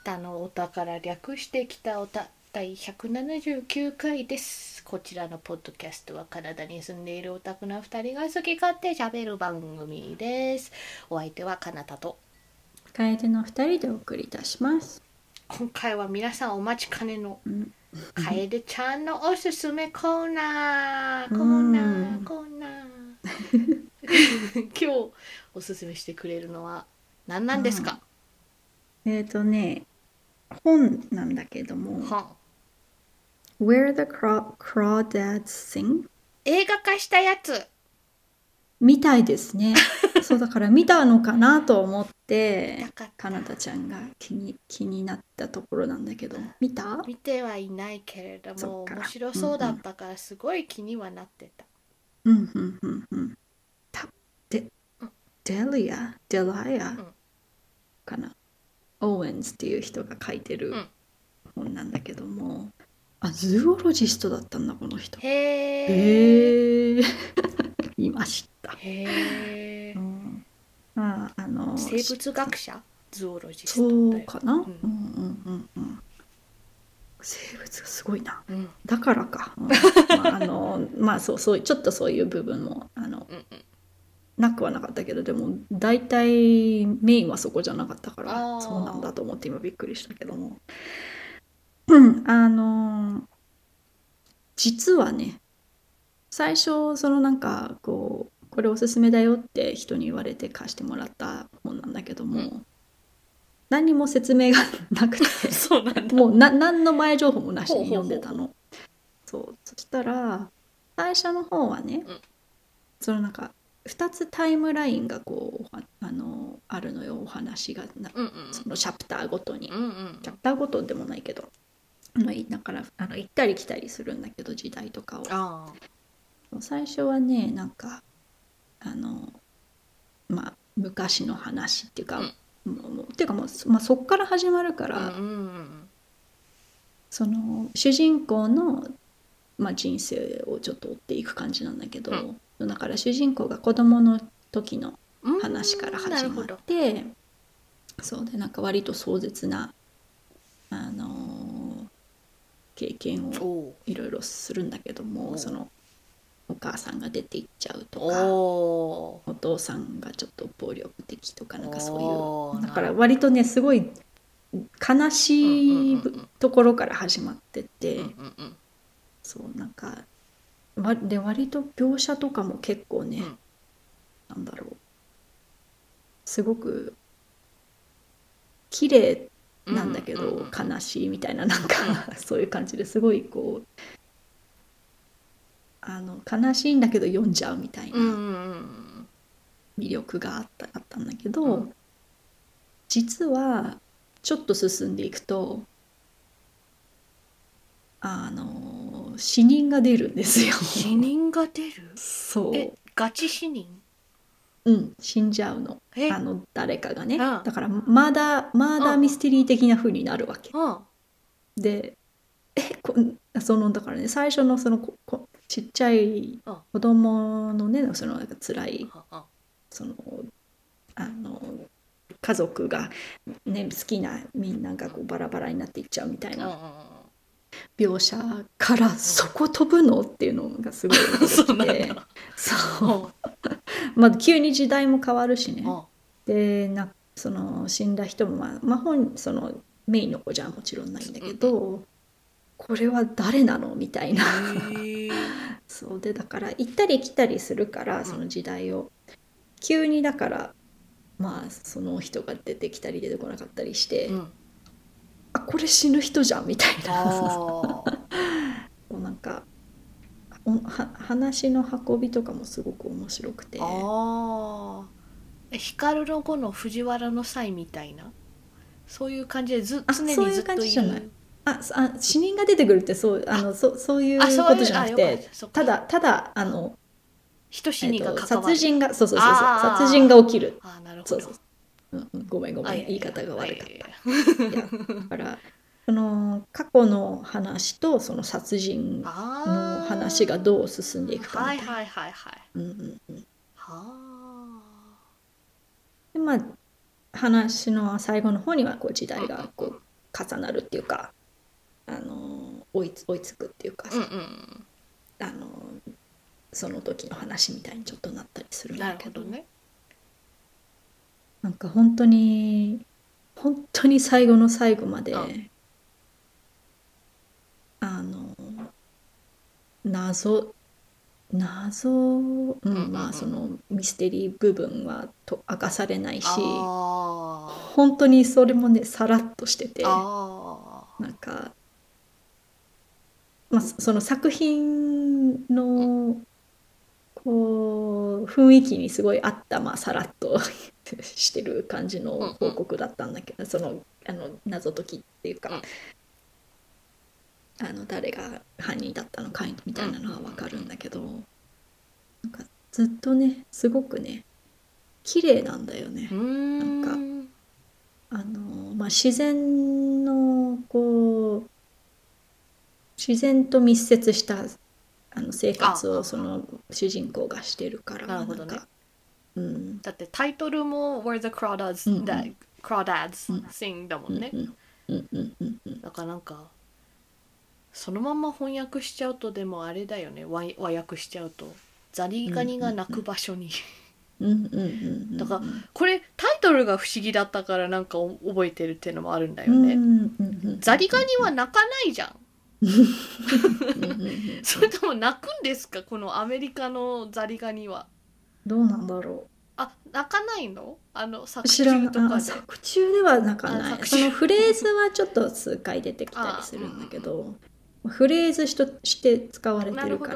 たのお宝略してきたおた第179回です。こちらのポッドキャストはカナダに住んでいるオタクな2人が好き勝手喋る番組です。お相手はカナタと楓の2人でお送りいたします。 今回は皆さんお待ちかねの楓ちゃんのおすすめコーナー今日おすすめしてくれるのは何なんですか？ 本なんだけども、Where the Crawdads Sing 映画化したやつみたいですね。そうだから見たのかなと思ってカナダちゃんが気になったところなんだけど、見た？ 見てはいないけれども面白そうだったからすごい気にはなってた。 デリアかな、オーエンズっていう人が書いてる本なんだけども、ズーオロジストだったんだこの人。へえいました。 へえ、生物学者ズーオロジストそうかな。生物がすごいな、だからか、そうちょっとそういう部分もなくはなかったけど、でも大体メインはそこじゃなかったから、そうなんだと思って今びっくりしたけども、実はね、最初なんかこれおすすめだよって人に言われて貸してもらった本なんだけども、何も説明がなくてそうなんだ、 もう何の前情報もなしに読んでたの。そしたら最初の方はね、なんか2つタイムラインがあるのよ、お話がそのチャプターごとに、チャプターごとでもないけど、だから行ったり来たりするんだけど、時代とかを。最初はね、なんか昔の話っていうか、っていうかそっから始まるから、その主人公の、人生をちょっと追っていく感じなんだけど、だから主人公が子供の時の話から始まって、そうでなんか割と壮絶な、経験をいろいろするんだけども、そのお母さんが出ていっちゃうとか、お父さんがちょっと暴力的とか、なんかそういう、だから割とねすごい悲しいところから始まってて、そうなんかで割と描写とかも結構ね、なんだろう、すごく綺麗なんだけど悲しいみたいな、なんかそういう感じですごいこう悲しいんだけど読んじゃうみたいな魅力があったんだけど、実はちょっと進んでいくと死人が出るんですよ。 死人が出る？ そうガチ死人？ 死んじゃうの、誰かがね。 だからマーダーミステリー的な風になるわけ。でだからね、最初のちっちゃい子供のね、なんか辛い家族がね、好きなみんながこうバラバラになっていっちゃうみたいな描写からそこ飛ぶのっていうのがすごい驚きでそう急に時代も変わるしね。で死んだ人もメインの子じゃもちろんないんだけど、これは誰なのみたいなそうで、だから行ったり来たりするから、その時代を急にだからその人が出てきたり出てこなかったりして、これ死ぬ人じゃんみたいななんか話の運びとかもすごく面白くて、 光の子の藤原の際みたいな、そういう感じで常にずっといる。 死人が出てくるってそういうことじゃなくて、ただ人死にが関わる、 殺人が殺人が起きる。ごめん言い方が悪かった。だからその過去の話とその殺人の話がどう進んでいくかみたいな。で話の最後の方にはこう時代がこう重なるっていうか追いつくっていうかさ、その時の話みたいにちょっとなったりするんだけど、 ね、 なんか本当に最後の最後までまあそのミステリー部分は明かされないし、本当にそれもねさらっとしてて、なんか、まあ、その作品のこう雰囲気にすごい合った、まあ、さらっとしてる感じの報告だったんだけど、その謎解きっていうか、誰が犯人だったのかみたいなのは分かるんだけど、なんかずっとねすごくね綺麗なんだよね。なんかまあ、自然と密接した生活をその主人公がしてるから、 なるほどね。だってタイトルも Where the Crawdads Sing だもんね。だからなんかそのまま翻訳しちゃうとでもあれだよね、和訳しちゃうとザリガニが鳴く場所にだからこれタイトルが不思議だったからなんか覚えてるっていうのもあるんだよね。ザリガニは鳴かないじゃんそれとも鳴くんですか、このアメリカのザリガニは。 どうなんだろう。 鳴かないの？作中とかで。 作中では鳴かない。そのフレーズはちょっと数回出てきたりするんだけど、フレーズとして使われてるから、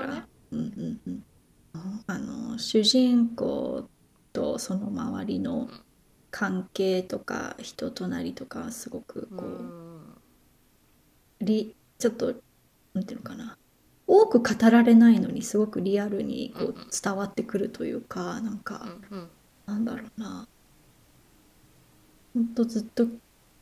主人公とその周りの関係とか人となりとかすごくこうちょっとなんていうのかな、多く語られないのにすごくリアルにこう伝わってくるというか、なんか、なんだろうな、ほんとずっと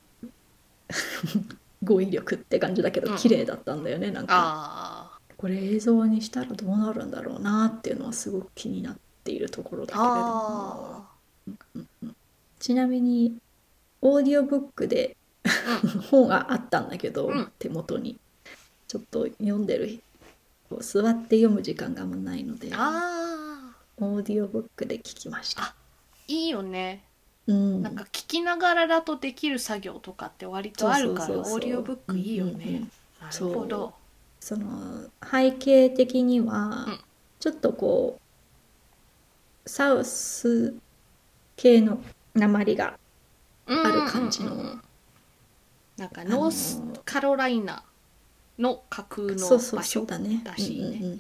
語彙力って感じだけど綺麗だったんだよね。なんかこれ映像にしたらどうなるんだろうなっていうのはすごく気になっているところだけれども、ちなみにオーディオブックで本があったんだけど、手元にちょっと読んでる、座って読む時間があんまないのでオーディオブックで聞きました。 いいよね、なんか聞きながらだとできる作業とかって割とあるからオーディオブックいいよね。なるほど。 その背景的にはちょっとこうサウス系の訛りがある感じの、 なんかノースカロライナの架空の場所だしね。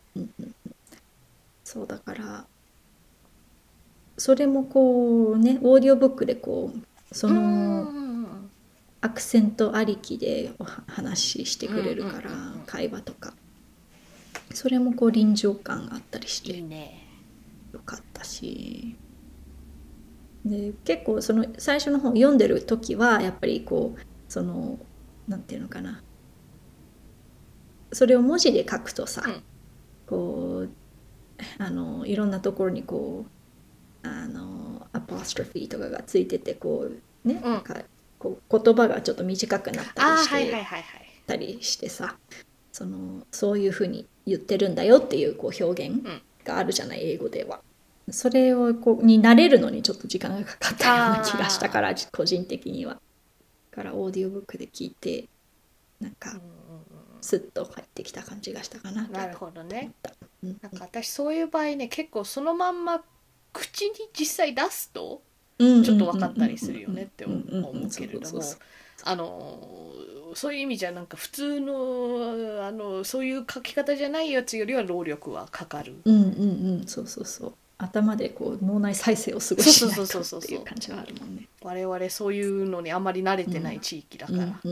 そうだからそれもこうねオーディオブックでこうそのアクセントありきでお話ししてくれるから、会話とかそれもこう臨場感があったりしてよかったし、で結構その最初の本読んでる時はやっぱりこうそのなんていうのかな、それを文字で書くとさ、こういろんなところにこうアポストロフィーとかがついててこうね、なんかこう言葉がちょっと短くなったりしてさ、そういうふうに言ってるんだよっていうこう表現があるじゃない、英語では。それをこうに慣れるのにちょっと時間がかかったような気がしたから、個人的には。からオーディオブックで聞いてなんかスッと入ってきた感じがしたかな。 なるほどね。なんか私そういう場合ね結構そのまんま口に実際出すとちょっと分かったりするよねって思うけれども、そういう意味じゃなんか普通のそういう書き方じゃないやつよりは労力はかかる。 そう頭でこう脳内再生をすごいしないとっていう感じはあるもんね。 我々そういうのにあまり慣れてない地域だから。だから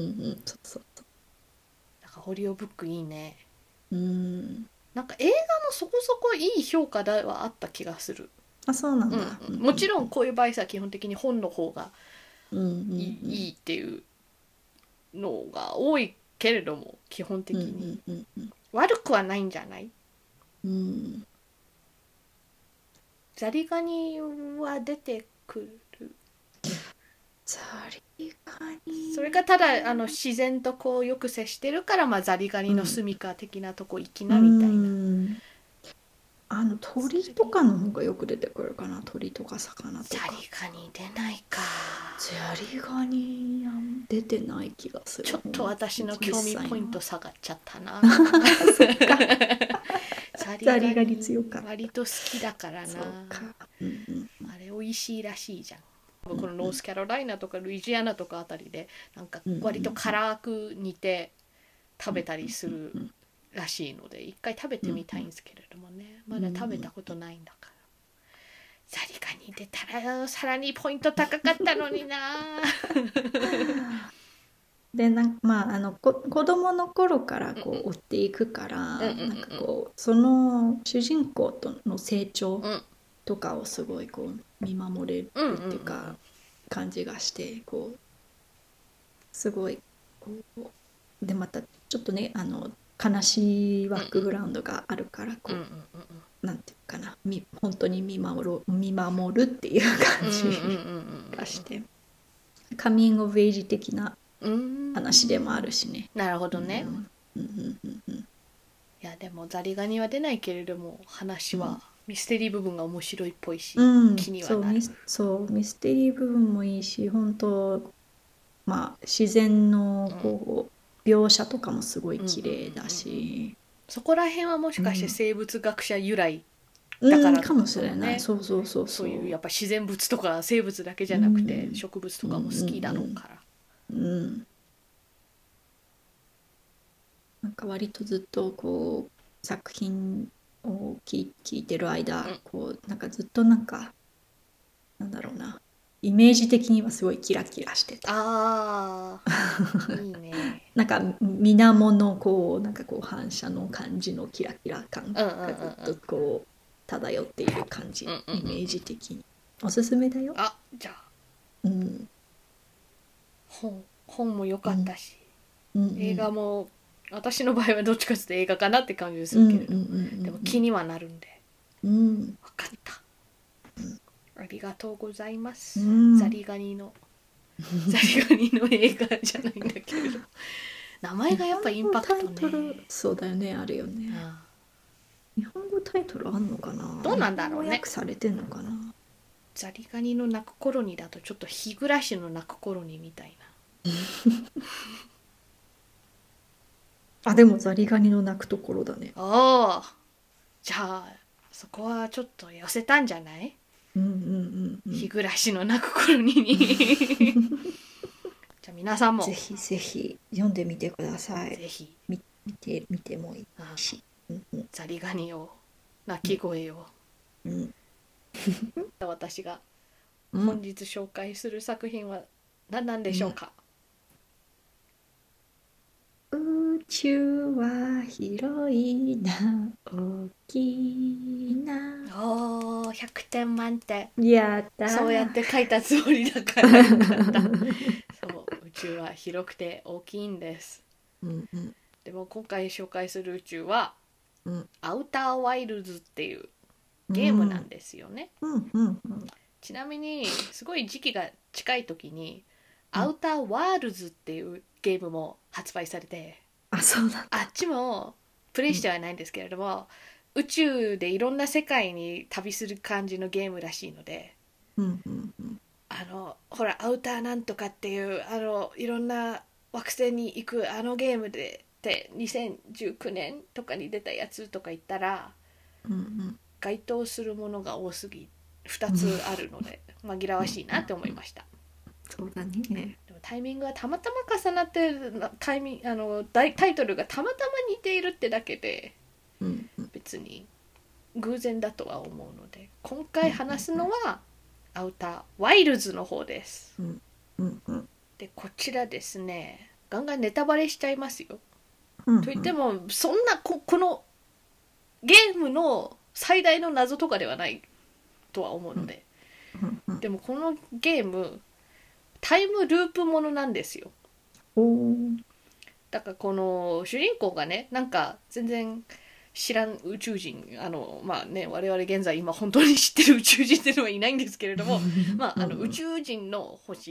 オーディオブックいいね。なんか映画もそこそこいい評価ではあった気がする。 あ、そうなんだ。 もちろんこういう場合さ基本的に本の方がいいっていうのが多いけれども基本的に悪くはないんじゃない？ザリガニは出てくる？ ザリガニ。 それがただ自然とこうよく接してるから、まあ、ザリガニの住処的なとこ行きなみたいな。 鳥とかの方がよく出てくるかな。鳥とか魚とか。 ザリガニ出ないか。 ザリガニ出てない気がする。 ちょっと私の興味ポイント下がっちゃったな。 ザリガニ強かった。 割と好きだからな。あれ美味しいらしいじゃん。このノースカロライナとかルイジアナとかあたりでなんか割と辛く煮て食べたりするらしいので、一回食べてみたいんですけれどもね、まだ食べたことないんだから。ザリガニ出たらさらにポイント高かったのにな。 で子供の頃からこう追っていくから、なんかこうその主人公との成長とかをすごいこう見守れるっていうか感じがして、こうすごいこうでまたちょっとね悲しいバックグラウンドがあるからこうなんていうかな、本当に見守るっていう感じがして、カミングオブエイジ的な話でもあるしね。 なるほどね。いやでもザリガニは出ないけれども話はミステリー部分が面白いっぽいし、気にはなる。 そうミステリー部分もいいし、本当まあ自然のこう描写とかもすごい綺麗だし、 そこら辺はもしかして生物学者由来だから、 かもしれない。そういうやっぱ自然物とか生物だけじゃなくて、植物とかも好きだろうから。 なんか割とずっとこう作品を聞いてる間、こうなんかずっとなんかなんだろうな、イメージ的にはすごいキラキラしてた。いいね。なんか水面のこうなんかこう反射の感じのキラキラ感がずっとこう漂っている感じ、イメージ的におすすめだよ。 じゃあ、本も良かったし、映画も私の場合はどっちかというと映画かなって感じでするけれど、でも気にはなるんで、分かった、ありがとうございます。ザリガニの映画じゃないんだけれど、名前がやっぱインパクトね。 そうだよね、あるよね。日本語タイトルあんのかな。 どうなんだろうね。 翻訳されてんのかな。 ザリガニの鳴く頃にだとちょっと日暮らしの鳴く頃にみたいな。でもザリガニの鳴くところだね。 じゃあそこはちょっと寄せたんじゃない？日暮らしの鳴く頃にじゃあ皆さんもぜひぜひ読んでみてください。 ぜひ見てもいいし、 ザリガニを鳴き声を、私が本日紹介する作品は何なんでしょうか？ 宇宙は広いな、大きな。 100点満点。 やったー。 そうやって書いたつもりだからよかった。そう、宇宙は広くて大きいんです。でも今回紹介する宇宙は、アウターワイルズっていうゲームなんですよね。ちなみにすごい時期が近い時に、アウターワールズっていうゲームも発売されて、 そうなんだ。 あっちもプレイしてはないんですけれども、宇宙でいろんな世界に旅する感じのゲームらしいので、ほらアウターなんとかっていういろんな惑星に行くゲームで2019年とかに出たやつとか言ったら、該当するものが多すぎ2つあるので紛らわしいなって思いました。 そうだね。 でもタイミングがたまたま重なってタイトルがたまたま似ているってだけで、別に偶然だとは思うので、今回話すのはアウターワイルズの方です。でこちらですね、ガンガンネタバレしちゃいますよ。といってもそんなこのゲームの最大の謎とかではないとは思うので、でもこのゲームタイムループものなんですよ。だからこの主人公がね、なんか全然知らん宇宙人、我々現在今本当に知ってる宇宙人っていうのはいないんですけれども宇宙人の星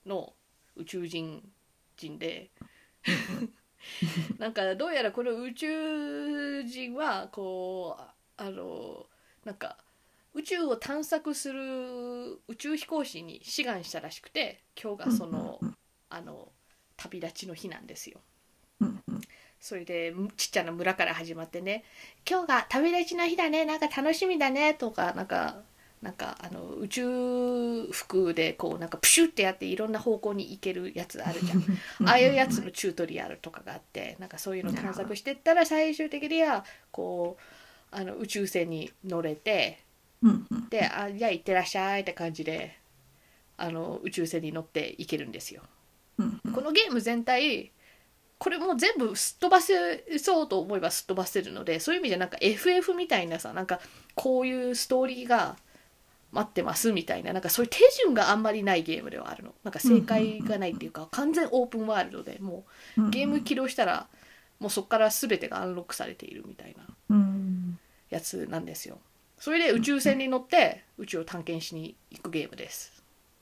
の宇宙人でなんかどうやらこの宇宙人はこうなんか宇宙を探索する宇宙飛行士に志願したらしくて、今日がその、旅立ちの日なんですよ。それでちっちゃな村から始まってね、今日が旅立ちの日だね、なんか楽しみだねとか、なんか宇宙服でこうなんかプシュってやっていろんな方向に行けるやつあるじゃんああいうやつのチュートリアルとかがあって、なんかそういうの探索してったら最終的にはこう宇宙船に乗れて、でじゃあ行ってらっしゃいって感じで宇宙船に乗って行けるんですよ。このゲーム全体これもう全部すっ飛ばせそうと思えばすっ飛ばせるので、そういう意味じゃなんか FF みたいなさ、なんかこういうストーリーが待ってますみたいな、なんかそういう手順があんまりないゲームではあるの。なんか正解がないっていうか、完全オープンワールドでもうゲーム起動したらもうそこから全てがアンロックされているみたいなやつなんですよ。それで宇宙船に乗って宇宙を探検しに行くゲームです。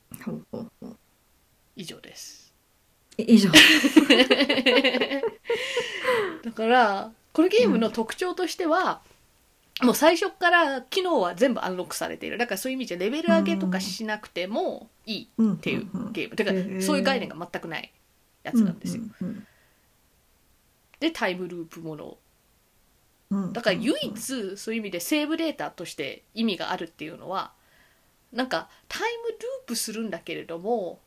以上です。 以上だからこのゲームの特徴としては、もう最初から機能は全部アンロックされている。だからそういう意味じゃレベル上げとかしなくてもいいっていうゲーム。だからそういう概念が全くないやつなんですよ。でタイムループもの。だから唯一そういう意味でセーブデータとして意味があるっていうのは、なんかタイムループするんだけれども、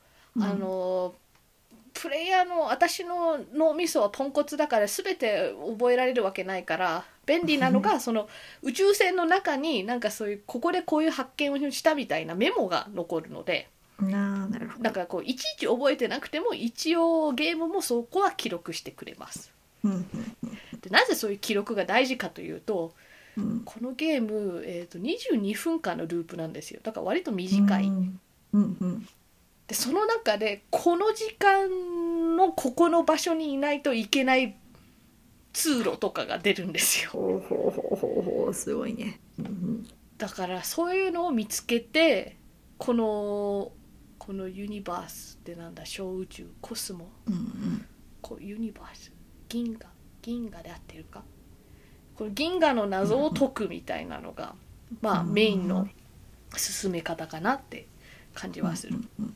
プレイヤーの私の脳みそはポンコツだから全て覚えられるわけないから、便利なのがその宇宙船の中になんかそういうここでこういう発見をしたみたいなメモが残るので、だからこういちいち覚えてなくても一応ゲームもそこは記録してくれます。でなぜそういう記録が大事かというと、このゲーム、22分間のループなんですよ。だから割と短い。でその中でこの時間のここの場所にいないといけない通路とかが出るんですよ。 すごいね。 だからそういうのを見つけて、このユニバースってなんだ、小宇宙、コスモ、ユニバース、銀河で合ってるか、この銀河の謎を解くみたいなのが、まあメインの進め方かなって感じはする。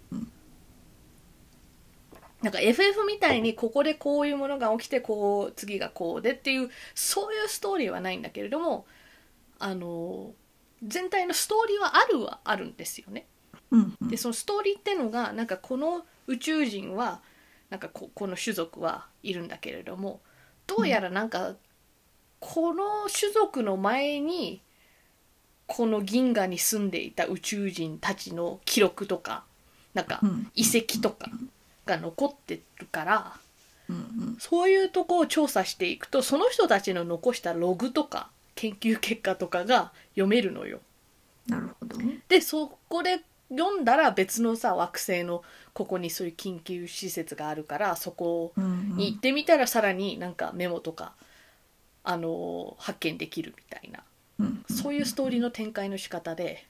なんか FF みたいにここでこういうものが起きてこう次がこうでっていうそういうストーリーはないんだけれども、全体のストーリーはあるんですよね。でそのストーリーってのがなんかこの宇宙人はなんかこの種族はいるんだけれども、どうやらなんかこの種族の前にこの銀河に住んでいた宇宙人たちの記録とかなんか遺跡とかが残ってるから、そういうとこを調査していくとその人たちの残したログとか研究結果とかが読めるのよ。 なるほど。 でそこで読んだら別のさ惑星のここにそういう緊急施設があるからそこに行ってみたらさらになんかメモとか発見できるみたいな、そういうストーリーの展開の仕方で、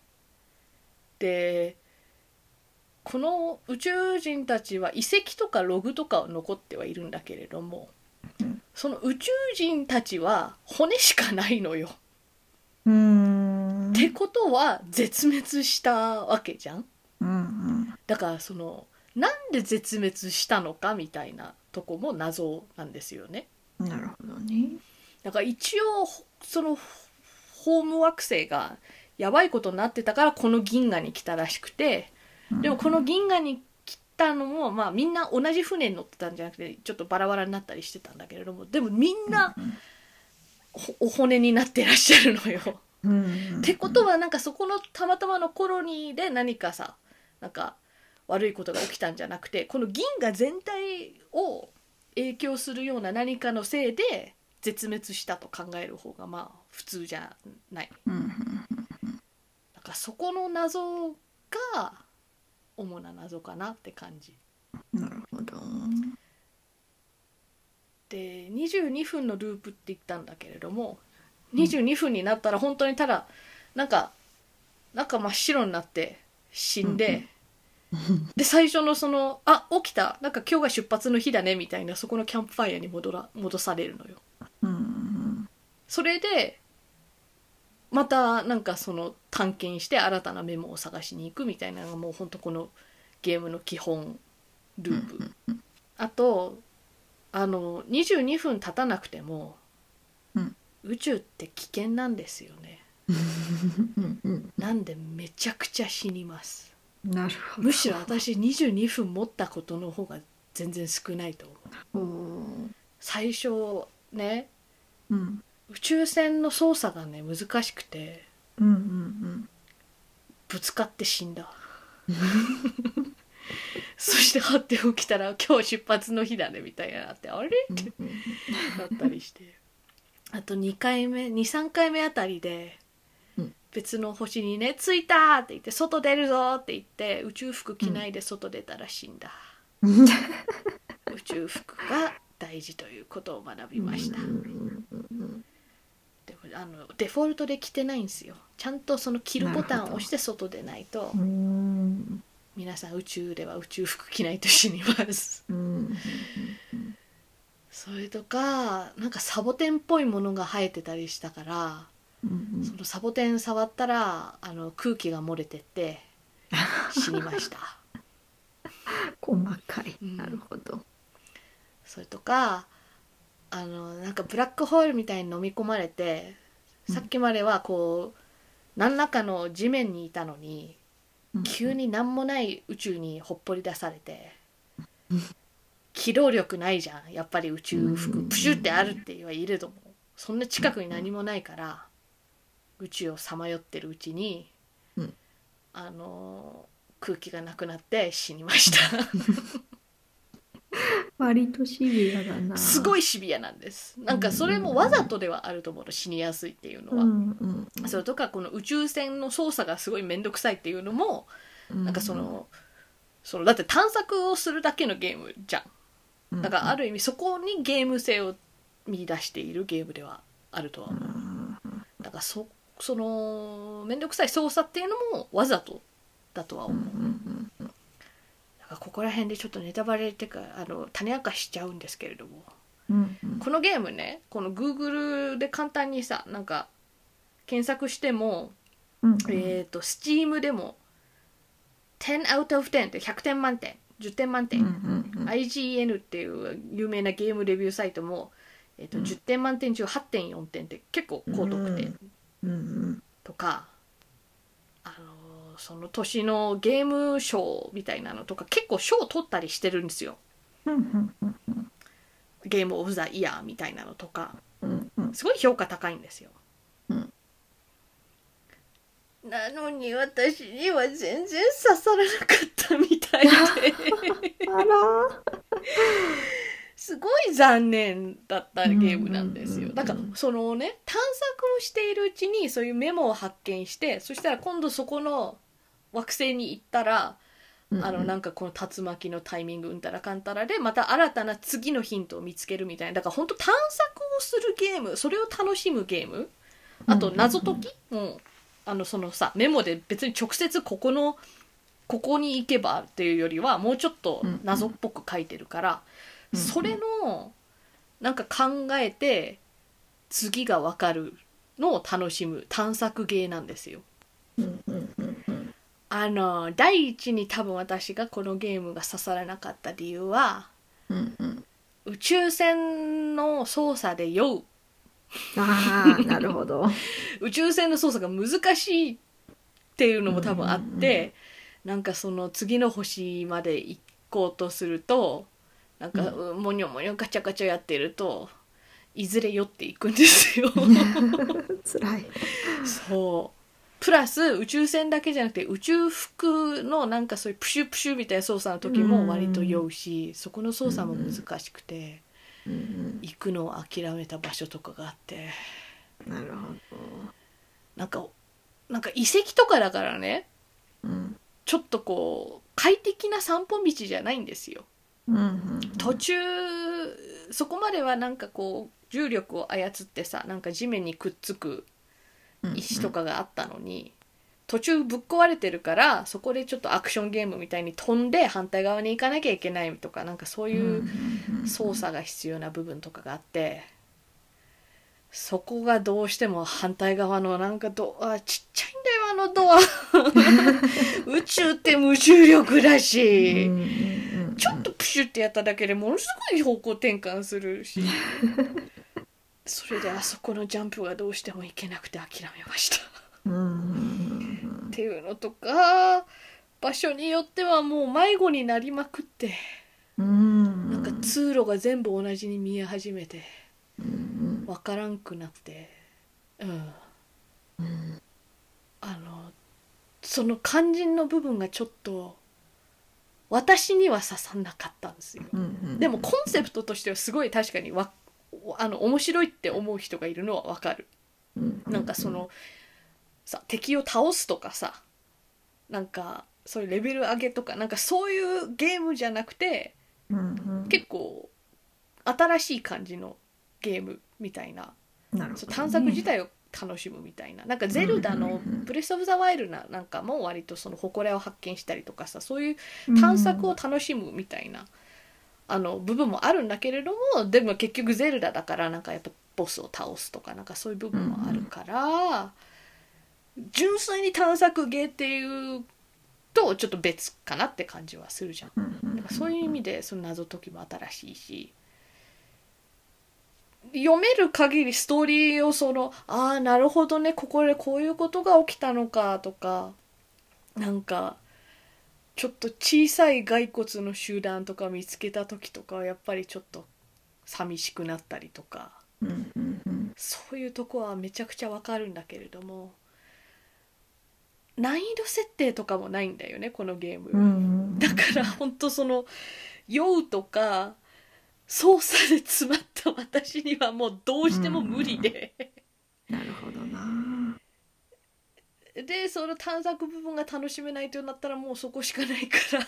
この宇宙人たちは遺跡とかログとかは残ってはいるんだけれども、その宇宙人たちは骨しかないのよ。ってことは絶滅したわけじゃん。だからそのなんで絶滅したのかみたいなとこも謎なんですよね。 なるほどね。 だから一応そのホーム惑星がやばいことになってたからこの銀河に来たらしくて、でもこの銀河に来たのもまあみんな同じ船に乗ってたんじゃなくてちょっとバラバラになったりしてたんだけれども、でもみんなお骨になってらっしゃるのよ。ってことはなんかそこのたまたまのコロニーで何かさなんか悪いことが起きたんじゃなくて、この銀河全体を影響するような何かのせいで絶滅したと考える方がまあ普通じゃない。だからそこの謎が主な謎かなって感じ。 なるほど。 で22分のループって言ったんだけれども、22分になったら本当にただなんか真っ白になって死んで、 で最初のその起きたなんか今日が出発の日だねみたいなそこのキャンプファイヤーに戻されるのよ。それでまたなんかその探検して新たなメモを探しに行くみたいなのがもうほんとこのゲームの基本ループ。あと22分経たなくても、宇宙って危険なんですよね。なんでめちゃくちゃ死にます。 なるほど。 むしろ私22分持ったことの方が全然少ないと思う。最初ね、宇宙船の操作がね難しくて、ぶつかって死んだ。そしてはって起きたら今日出発の日だねみたいなってあれってなったりして、あと2回目3回目あたりで別の星にね着いたって言って外出るぞって言って宇宙服着ないで外出たら死んだ。宇宙服が大事ということを学びました。でもデフォルトで着てないんですよ。ちゃんとその着るボタンを押して外出ないと。皆さん宇宙では宇宙服着ないと死にます。それとかなんかサボテンっぽいものが生えてたりしたから、そのサボテン触ったら空気が漏れてって死にました。 細かい。なるほど。 それとかなんかブラックホールみたいに飲み込まれて、さっきまではこう何らかの地面にいたのに、急に何もない宇宙にほっぽり出されて、機動力ないじゃんやっぱり宇宙服プシュってあるって言えると思う。そんな近くに何もないから、宇宙をさまよってるうちに、空気がなくなって死にました。 割とシビアだな。 すごいシビアなんです。なんかそれもわざとではあると思うの、死にやすいっていうのは。それとかこの宇宙船の操作がすごいめんどくさいっていうのも、なんかそのだって探索をするだけのゲームじゃん。だからある意味そこにゲーム性を見出しているゲームではあるとは思う。だからそのめんどくさい操作っていうのもわざとだとは思う。ここら辺でちょっとネタバレっていうか種明かししちゃうんですけれども、このゲームね、この Google で簡単にさなんか検索しても、Steam でも10 out of 10って100点満点10点満点、IGN っていう有名なゲームレビューサイトも、10点満点中 8.4 点って結構高得点とか、その年のゲーム賞みたいなのとか結構賞を取ったりしてるんですよ。ゲームオブザイヤーみたいなのとか、すごい評価高いんですよ。なのに私には全然刺さらなかったみたいであらすごい残念だったゲームなんですよ。だからそのね探索をしているうちにそういうメモを発見して、そしたら今度そこの惑星に行ったら、なんかこの竜巻のタイミングうんたらかんたらでまた新たな次のヒントを見つけるみたいな。だから本当探索をするゲーム、それを楽しむゲーム、あと謎解きもそのさメモで別に直接ここに行けばっていうよりはもうちょっと謎っぽく書いてるから、それのなんか考えて次が分かるのを楽しむ探索ゲーなんですよ。第一に多分私がこのゲームが刺さらなかった理由は、宇宙船の操作で酔う。 なるほど。 宇宙船の操作が難しいっていうのも多分あって、なんかその次の星まで行こうとするとなんかもにょもにょガチャガチャやってるといずれ酔っていくんですよ。 辛い。 そうプラス宇宙船だけじゃなくて宇宙服のなんかそういうプシュプシュみたいな操作の時も割と酔うし、そこの操作も難しくて、行くのを諦めた場所とかがあって、 なるほど。なんか遺跡とかだからね、ちょっとこう快適な散歩道じゃないんですよ。途中そこまではなんかこう重力を操ってさなんか地面にくっつく石とかがあったのに、 途中ぶっ壊れてるからそこでちょっとアクションゲームみたいに飛んで反対側に行かなきゃいけないとか、なんかそういう操作が必要な部分とかがあって、そこがどうしても反対側のなんかドアちっちゃいんだよ、あのドア宇宙って無重力だし、ちょっとプシュってやっただけでものすごい方向転換するしそれであそこのジャンプがどうしてもいけなくて諦めましたっていうのとか、場所によってはもう迷子になりまくって、なんか通路が全部同じに見え始めてわからんくなって、その肝心の部分がちょっと私には刺さんなかったんですよ。でもコンセプトとしてはすごい確かに面白いって思う人がいるのはわかる。なんかそのさ、敵を倒すとかさ、なんかそういうレベル上げとか、なんかそういうゲームじゃなくて、結構新しい感じのゲームみたいな、そう探索自体を楽しむみたいな、なんかゼルダのブレスオブザワイルドなんかも割とその祠を発見したりとかさ、そういう探索を楽しむみたいな部分もあるんだけれども、でも結局ゼルダだからなんかやっぱボスを倒すとかなんかそういう部分もあるから、純粋に探索ゲーっていうとちょっと別かなって感じはするじゃん。だからそういう意味でその謎解きも新しいし、読める限りストーリーをなるほどね、ここでこういうことが起きたのかとか、なんかちょっと小さい骸骨の集団とか見つけた時とかはやっぱりちょっと寂しくなったりとか、そういうとこはめちゃくちゃわかるんだけれども、難易度設定とかもないんだよねこのゲーム、だから本当酔うとか操作で詰まった私にはもうどうしても無理で、 なるほどな。 でその探索部分が楽しめないとなったらもうそこしかないから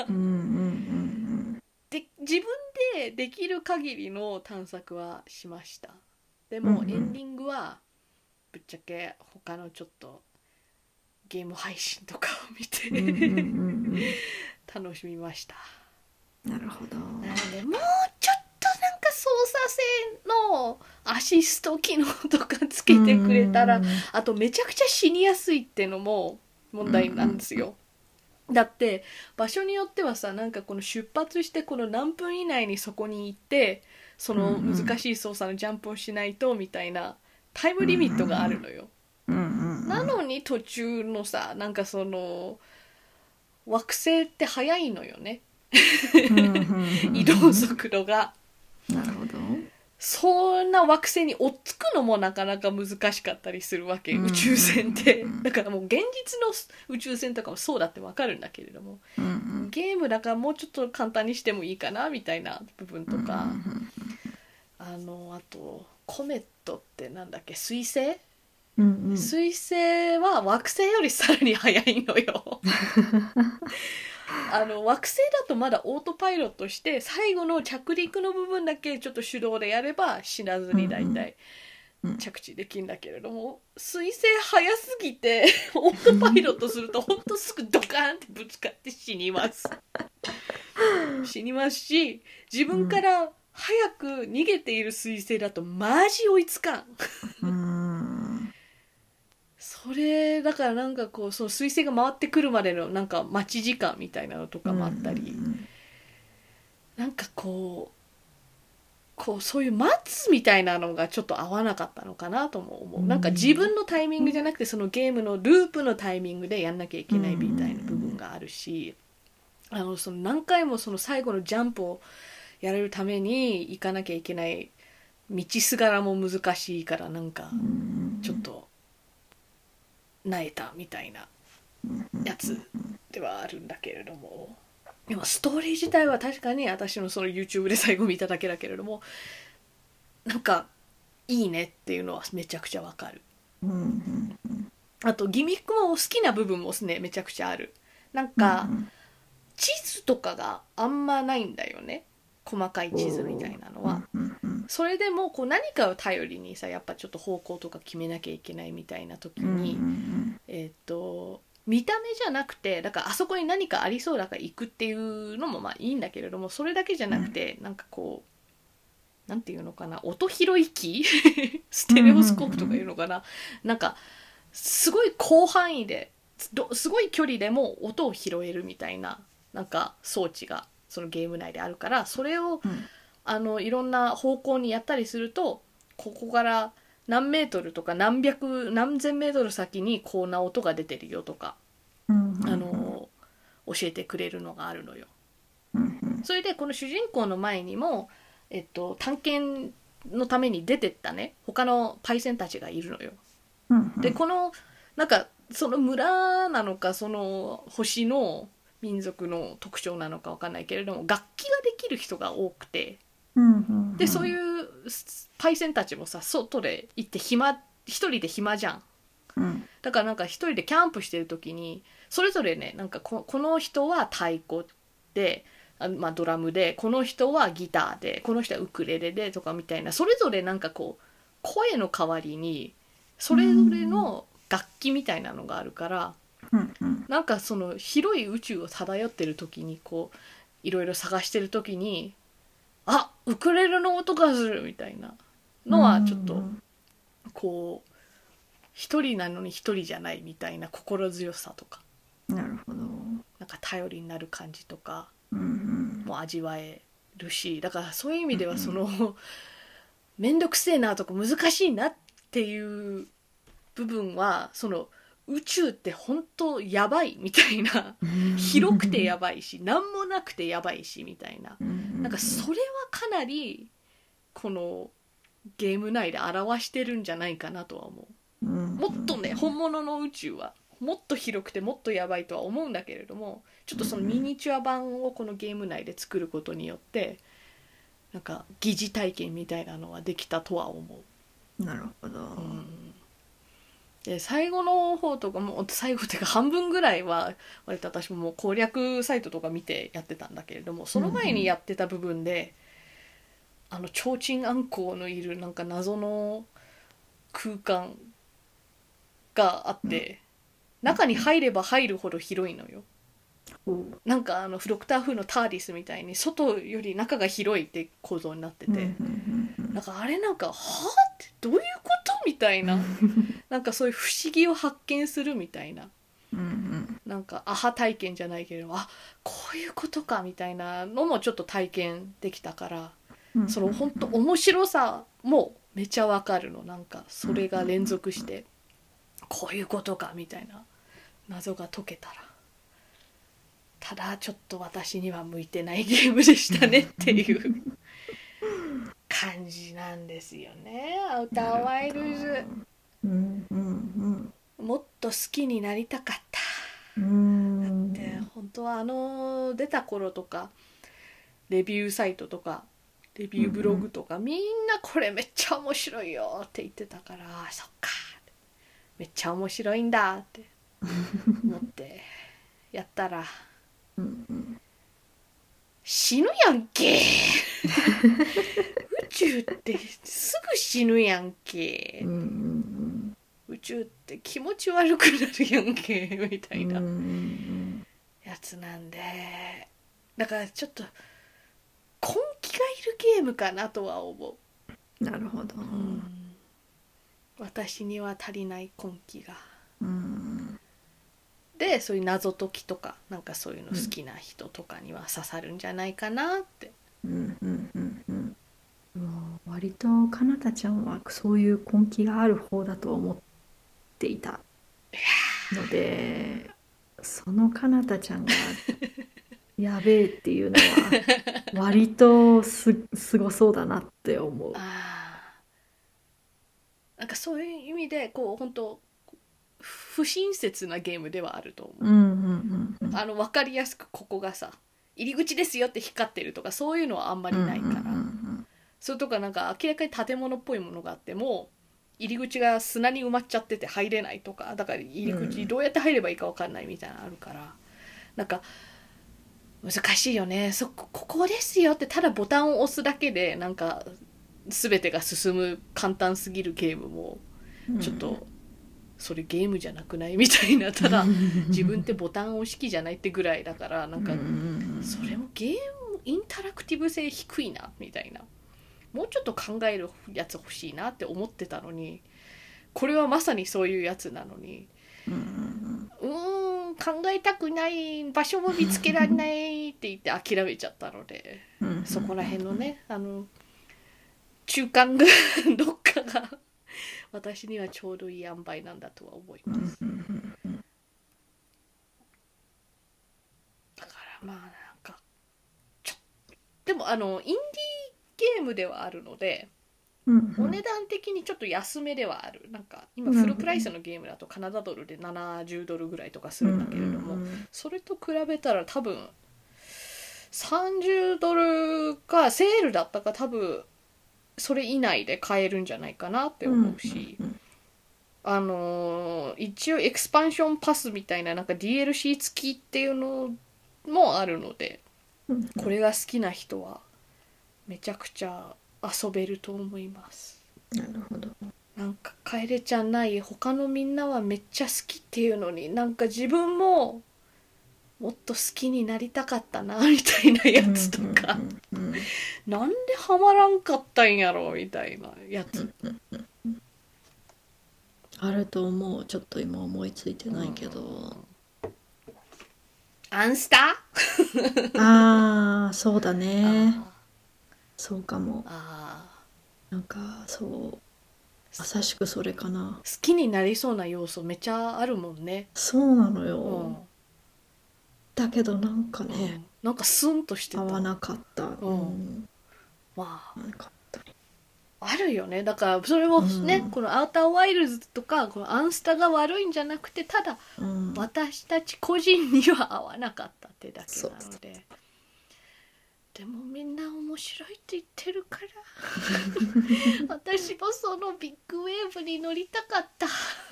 で自分でできる限りの探索はしました。でもエンディングはぶっちゃけ他のちょっとゲーム配信とかを見て楽しみました。 なるほど。 なのでもうちょっとなんか操作性のアシスト機能とかつけてくれたら、あとめちゃくちゃ死にやすいってのも問題なんですよ。だって場所によってはさ、なんかこの出発してこの何分以内にそこに行ってその難しい操作のジャンプをしないとみたいなタイムリミットがあるのよ。なのに途中のさ、なんか惑星って速いのよね移動速度が。 なるほど。 そんな惑星に追っつくのもなかなか難しかったりするわけ、宇宙船って。だからもう現実の宇宙船とかもそうだってわかるんだけれども、ゲームだからもうちょっと簡単にしてもいいかなみたいな部分とか、あとコメットってなんだっけ、水星、水星は惑星よりさらに速いのよ惑星だとまだオートパイロットして最後の着陸の部分だけちょっと手動でやれば死なずにだいたい着地できるんだけれども、水星速すぎてオートパイロットするとほんとすぐドカーンってぶつかって死にます死にますし、自分から早く逃げている水星だとマジ追いつかんそれだからなんかこうその彗星が回ってくるまでのなんか待ち時間みたいなのとかもあったり、なんかこうそういう待つみたいなのがちょっと合わなかったのかなとも思う。なんか自分のタイミングじゃなくてそのゲームのループのタイミングでやんなきゃいけないみたいな部分があるし、その何回もその最後のジャンプをやれるために行かなきゃいけない道すがらも難しいからなんかちょっとなえたみたいなやつではあるんだけれども、でもストーリー自体は確かに私のその YouTube で最後見ただけだけれどもなんかいいねっていうのはめちゃくちゃわかる。あとギミックも好きな部分もねめちゃくちゃある。なんか地図とかがあんまないんだよね、細かい地図みたいなのは。それでもこう何かを頼りにさ、やっぱちょっと方向とか決めなきゃいけないみたいな時に、 見た目じゃなくて、だからあそこに何かありそうだから行くっていうのもまあいいんだけれども、それだけじゃなくて、なんかこうなんていうのかな、音拾い機ステレオスコープとかいうのかな、なんかすごい広範囲ですごい距離でも音を拾えるみたいな、なんか装置がそのゲーム内であるから、それを、いろんな方向にやったりすると、ここから何メートルとか何千メートル先にこんな音が出てるよとか、教えてくれるのがあるのよ。それでこの主人公の前にも、探検のために出てったね他のパイセンたちがいるのよ。でこのなんかその村なのかその星の民族の特徴なのか分かんないけれども、楽器ができる人が多くて、でそういうパイセンたちもさ、外で行って一人で暇じゃん。だからなんか一人でキャンプしてる時にそれぞれね、なんかこの人は太鼓で、ドラムで、この人はギターで、この人はウクレレでとかみたいな、それぞれなんかこう声の代わりにそれぞれの楽器みたいなのがあるから、なんかその広い宇宙を漂ってる時にこういろいろ探してる時に、あ、ウクレレの音がするみたいなのはちょっとこう一人なのに一人じゃないみたいな心強さとか、 なるほど、 なんか頼りになる感じとかも味わえるし、だからそういう意味ではそのめんどくせえなとか難しいなっていう部分は、その宇宙って本当やばいみたいな、広くてやばいし何もなくてやばいしみたいな、なんかそれはかなりこのゲーム内で表してるんじゃないかなとは思う。もっとね、本物の宇宙はもっと広くてもっとやばいとは思うんだけれども、ちょっとそのミニチュア版をこのゲーム内で作ることによってなんか疑似体験みたいなのはできたとは思う。なるほど。 で最後の方とかも、最後っていうか半分ぐらいは割と私ももう攻略サイトとか見てやってたんだけれども、その前にやってた部分で、提灯あんこのいるなんか謎の空間があって、中に入れば入るほど広いのよ。なんかドクター風のターディスみたいに外より中が広いって構造になってて、なんかあれなんかはぁってどういうことみたいななんかそういう不思議を発見するみたいな、なんかアハ体験じゃないけど、あ、こういうことかみたいなのもちょっと体験できたから、その本当面白さもめちゃわかるの。なんかそれが連続してこういうことかみたいな謎が解けたら、ただちょっと私には向いてないゲームでしたねっていう感じなんですよね。アウターワイルズ、もっと好きになりたかった。だって本当は出た頃とかレビューサイトとかレビューブログとか、みんなこれめっちゃ面白いよって言ってたから、そっかめっちゃ面白いんだって思ってやったら死ぬやんけ宇宙ってすぐ死ぬやんけ、宇宙って気持ち悪くなるやんけみたいなやつなんで、だからちょっと根気がいるゲームかなとは思う。なるほど、 私には足りない根気が、でそういう謎解きとかなんかそういうの好きな人とかには刺さるんじゃないかなって。 割とかなたちゃんはそういう根気がある方だと思っていたので、そのかなたちゃんがやべえっていうのは割とすごそうだなって思う。 なんかそういう意味でこう本当不親切なゲームではあると思う。分かりやすくここがさ入り口ですよって光ってるとかそういうのはあんまりないから、それとかなんか明らかに建物っぽいものがあっても入り口が砂に埋まっちゃってて入れないとか、だから入り口どうやって入ればいいか分かんないみたいなのあるから、なんか難しいよね。ここですよってただボタンを押すだけでなんか全てが進む簡単すぎるゲームもちょっとそれゲームじゃなくないみたいな、ただ自分ってボタン押し機じゃないってぐらいだから、なんかそれもゲームインタラクティブ性低いなみたいな、もうちょっと考えるやつ欲しいなって思ってたのに、これはまさにそういうやつなのに、考えたくない、場所も見つけられないって言って諦めちゃったので、そこら辺のね、中間がどっかが私にはちょうどいい塩梅なんだとは思います。だからまあなんかでもインディーゲームではあるので、お値段的にちょっと安めではある。なんか今フルプライスのゲームだとカナダドルで70ドルぐらいとかするんだけれども、それと比べたら多分30ドルか、セールだったか多分それ以内で買えるんじゃないかなって思うし、一応エクスパンションパスみたいな、なんか DLC 付きっていうのもあるので、これが好きな人はめちゃくちゃ遊べると思います。 なるほど。 なんか楓ちゃんない、他のみんなはめっちゃ好きっていうのに、なんか自分ももっと好きになりたかったなみたいなやつとか、なんでハマらんかったんやろみたいなやつ、 あると思う。ちょっと今思いついてないけど、 アンスタああそうだね、そうかも。なんかそうまさしくそれかな。 好きになりそうな要素めちゃあるもんね。 そうなのよ、だけどなんかね、 なんかスンとしてた、 合わなかった。 まあなかったね。 あるよね。だからそれもね、このアウターワイルズとかこのアンスタが悪いんじゃなくて、ただ、私たち個人には合わなかったってだけなので。でもみんな面白いって言ってるから私もそのビッグウェーブに乗りたかった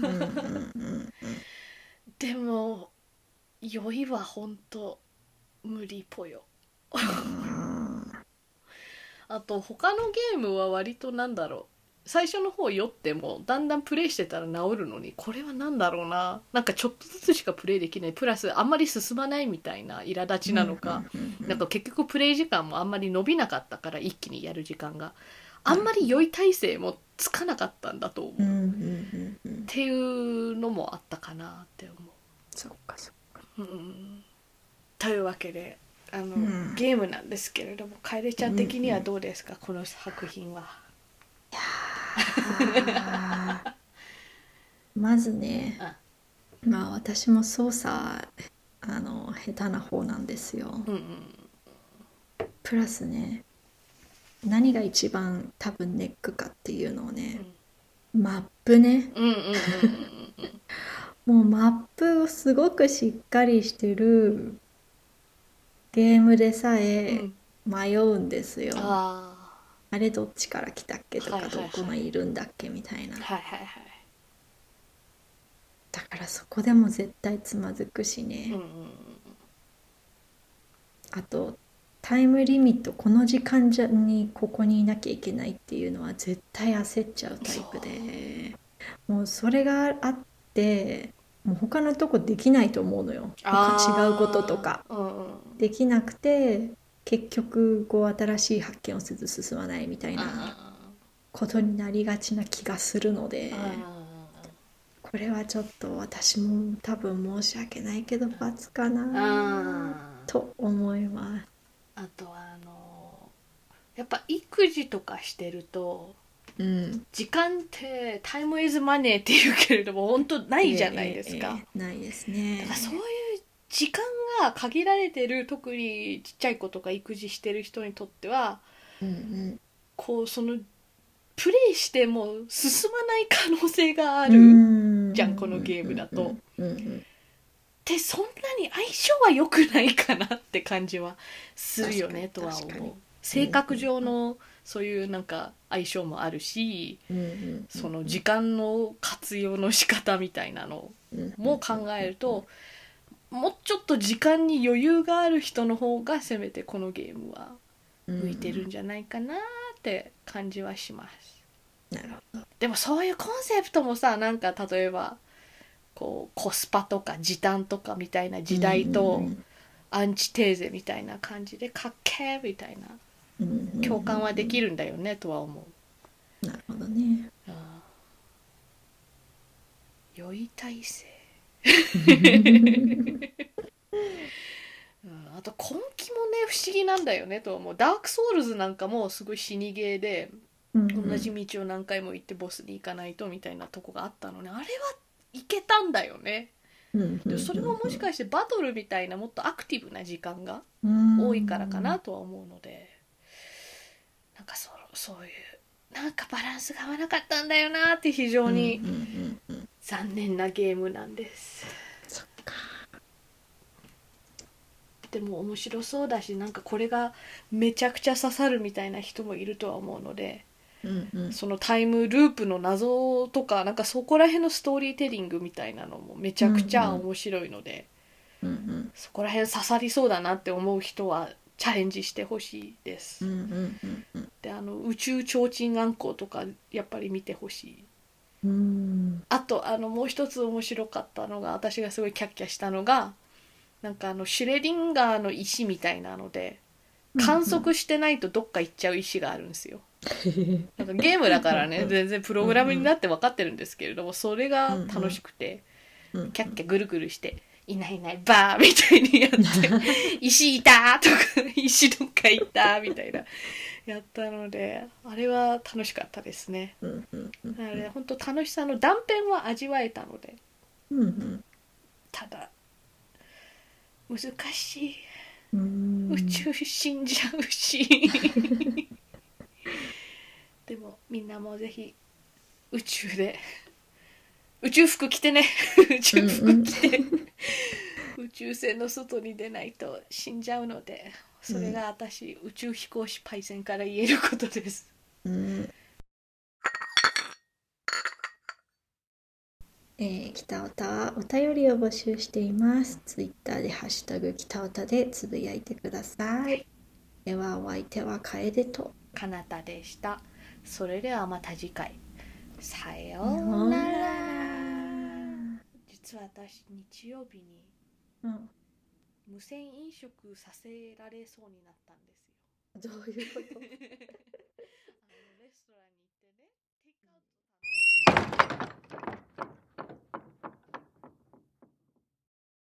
でも酔いはほんと無理ぽよあと他のゲームは割となんだろう、最初の方酔ってもだんだんプレイしてたら治るのに、これはなんだろうな、なんかちょっとずつしかプレイできない、プラスあんまり進まないみたいな苛立ちなのか、なんか結局プレイ時間もあんまり伸びなかったから、一気にやる時間があんまり酔い耐性もつかなかったんだと思う、っていうのもあったかなって思う。 そっかそっか、 というわけでゲームなんですけれども、楓ちゃん的にはどうですか、この作品は。 まずね、まあ私も操作下手な方なんですよ、プラスね、何が一番多分ネックかっていうのをね、マップね、もうマップをすごくしっかりしてるゲームでさえ迷うんですよ、あれどっちから来たっけとか、どこにいるんだっけみたいな、だからそこでも絶対つまずくしね、あとタイムリミット、この時間にここにいなきゃいけないっていうのは絶対焦っちゃうタイプで、もうそれがあってもう他のとこできないと思うのよ、違うこととか、できなくて結局こう新しい発見をせず進まないみたいなことになりがちな気がするので、これはちょっと私も多分申し訳ないけど罰かなと思います。 あとやっぱ育児とかしてると、時間ってタイムイズマネーっていうけれども本当ないじゃないですか、 ないですね。 だからそういう時間が限られてる、特にちっちゃい子とか育児してる人にとっては、こうそのプレイしても進まない可能性があるじゃん、このゲームだと。でそんなに相性は良くないかなって感じはするよねとは思う。性格上のそういうなんか相性もあるし、その時間の活用の仕方みたいなのも考えると、もうちょっと時間に余裕がある人の方がせめてこのゲームは向いてるんじゃないかなって感じはします。 なるほど。 でもそういうコンセプトもさ、なんか例えばこうコスパとか時短とかみたいな時代とアンチテーゼみたいな感じでかっけーみたいな共感はできるんだよねとは思う。なるほどね。 良い体制あと根気もね不思議なんだよねとは思う。ダークソウルズなんかもすごい死にゲーで、同じ道を何回も行ってボスに行かないとみたいなとこがあったのね。あれはいけたんだよね。でそれももしかしてバトルみたいなもっとアクティブな時間が多いからかなとは思うので、なんかそういうなんかバランスが合わなかったんだよなって非常に残念なゲームなんです。 そっか。 でも面白そうだし、なんかこれがめちゃくちゃ刺さるみたいな人もいるとは思うので、そのタイムループの謎とかなんかそこら辺のストーリーテリングみたいなのもめちゃくちゃ面白いので、そこら辺刺さりそうだなって思う人はチャレンジしてほしいです。で宇宙提灯暗号とかやっぱり見てほしい。あともう一つ面白かったのが、私がすごいキャッキャしたのが、なんかシュレディンガーの石みたいなので観測してないとどっか行っちゃう石があるんですよ。なんかゲームだからね全然プログラムになって分かってるんですけれども、それが楽しくてキャッキャぐるぐるしていないいないバーみたいにやって石いたとか石どっか行ったみたいなやったので、あれは楽しかったですね。あれ本当楽しさの断片は味わえたので、ただ難しい。宇宙死んじゃうしでもみんなもぜひ宇宙で宇宙服着てね宇宙服着て宇宙船の外に出ないと死んじゃうので、それが私、宇宙飛行士パイセンから言えることです。 北オタはお便りを募集しています。ツイッターでハッシュタグ北オタでつぶやいてください。ではお相手は楓とかなたでした。それではまた次回。さようなら。実は私日曜日に無銭飲食させられそうになったんですよ。 どういうことレストランに行ってね、テイクアウト